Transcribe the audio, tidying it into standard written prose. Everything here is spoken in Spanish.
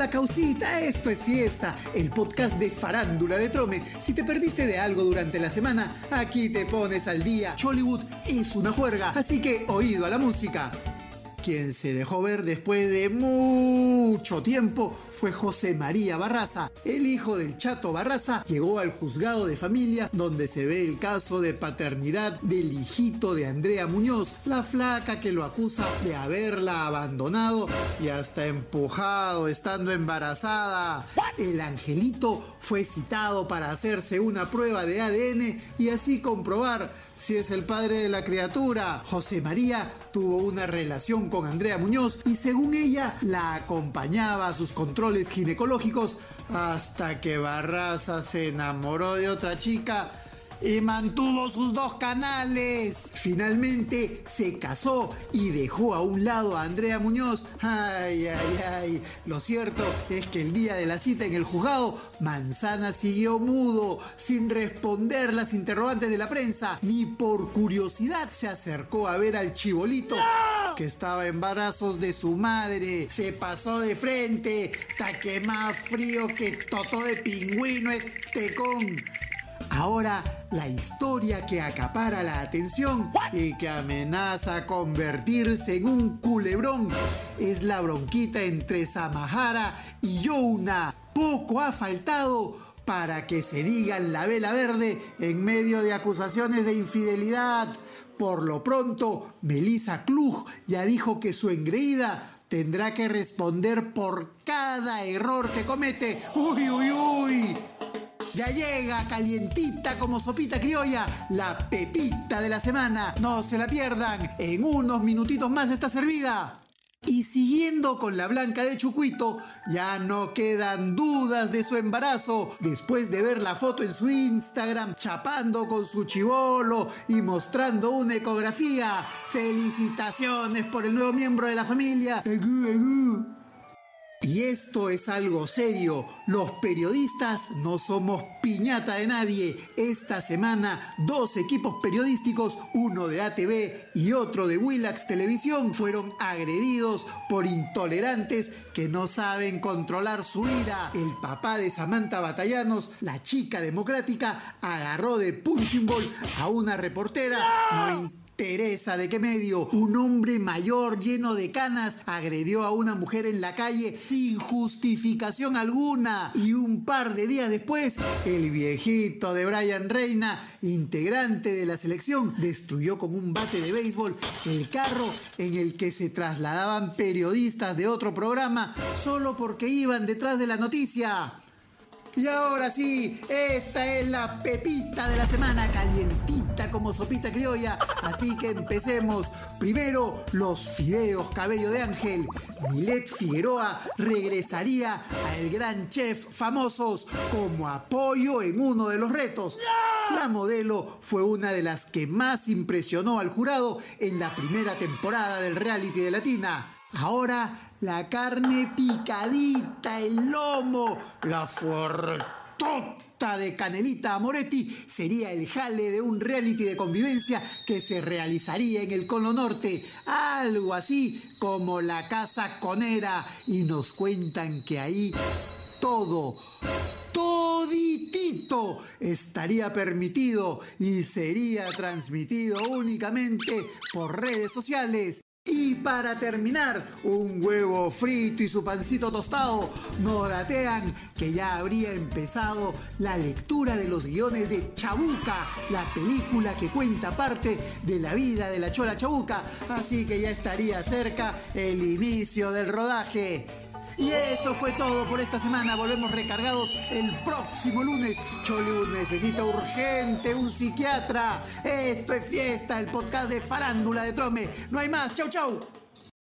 Hola causita, esto es Fiesta, el podcast de Farándula de Trome. Si te perdiste de algo durante la semana, aquí te pones al día. Chollywood es una juerga, así que oído a la música. Quien se dejó ver después de mucho tiempo fue José María Barraza. El hijo del Chato Barraza llegó al juzgado de familia donde se ve el caso de paternidad del hijito de Andrea Muñoz, la flaca que lo acusa de haberla abandonado y hasta empujado estando embarazada. El angelito fue citado para hacerse una prueba de ADN y así comprobar si es el padre de la criatura. José María tuvo una relación con Andrea Muñoz y según ella la acompañaba a sus controles ginecológicos hasta que Barraza se enamoró de otra chica y mantuvo sus 2 canales. Finalmente se casó y dejó a un lado a Andrea Muñoz. Ay. Lo cierto es que el día de la cita en el juzgado, Manzana siguió mudo, sin responder las interrogantes de la prensa, ni por curiosidad se acercó a ver al chibolito que estaba en brazos de su madre. Se pasó de frente, taque más frío que totó de pingüino este con. Ahora, la historia que acapara la atención y que amenaza convertirse en un culebrón es la bronquita entre Samahara y Youna. Poco ha faltado para que se digan la vela verde en medio de acusaciones de infidelidad. Por lo pronto, Melissa Klug ya dijo que su engreída tendrá que responder por cada error que comete. ¡Uy! Ya llega calientita como sopita criolla, la pepita de la semana. No se la pierdan, en unos minutitos más está servida. Y siguiendo con la Blanca de Chucuito, ya no quedan dudas de su embarazo. Después de ver la foto en su Instagram, chapando con su chibolo y mostrando una ecografía. ¡Felicitaciones por el nuevo miembro de la familia! ¡Agú! Y esto es algo serio, los periodistas no somos piñata de nadie. Esta semana 2 equipos periodísticos, uno de ATV y otro de Willax Televisión, fueron agredidos por intolerantes que no saben controlar su ira. El papá de Samantha Batallanos, la chica democrática, agarró de punching ball a una reportera. No Teresa, ¿de qué medio? Un hombre mayor lleno de canas agredió a una mujer en la calle sin justificación alguna. Y un par de días después, el viejito de Brian Reina, integrante de la selección, destruyó con un bate de béisbol el carro en el que se trasladaban periodistas de otro programa solo porque iban detrás de la noticia. Y ahora sí, esta es la pepita de la semana, calientita como sopita criolla. Así que empecemos. Primero, los fideos cabello de ángel. Milet Figueroa regresaría a El Gran Chef Famosos como apoyo en uno de los retos. La modelo fue una de las que más impresionó al jurado en la primera temporada del reality de Latina. Ahora, la carne picadita, el lomo, la fuertota de Canelita Moretti sería el jale de un reality de convivencia que se realizaría en el Cono Norte, algo así como La Casa Conera, y nos cuentan que ahí toditito estaría permitido y sería transmitido únicamente por redes sociales. Y para terminar, un huevo frito y su pancito tostado nos datean que ya habría empezado la lectura de los guiones de Chabuca, la película que cuenta parte de la vida de la Chola Chabuca, así que ya estaría cerca el inicio del rodaje. Y eso fue todo por esta semana. Volvemos recargados el próximo lunes. Chollywood necesita urgente un psiquiatra. Esto es Fiesta, el podcast de Farándula de Trome. No hay más. Chau.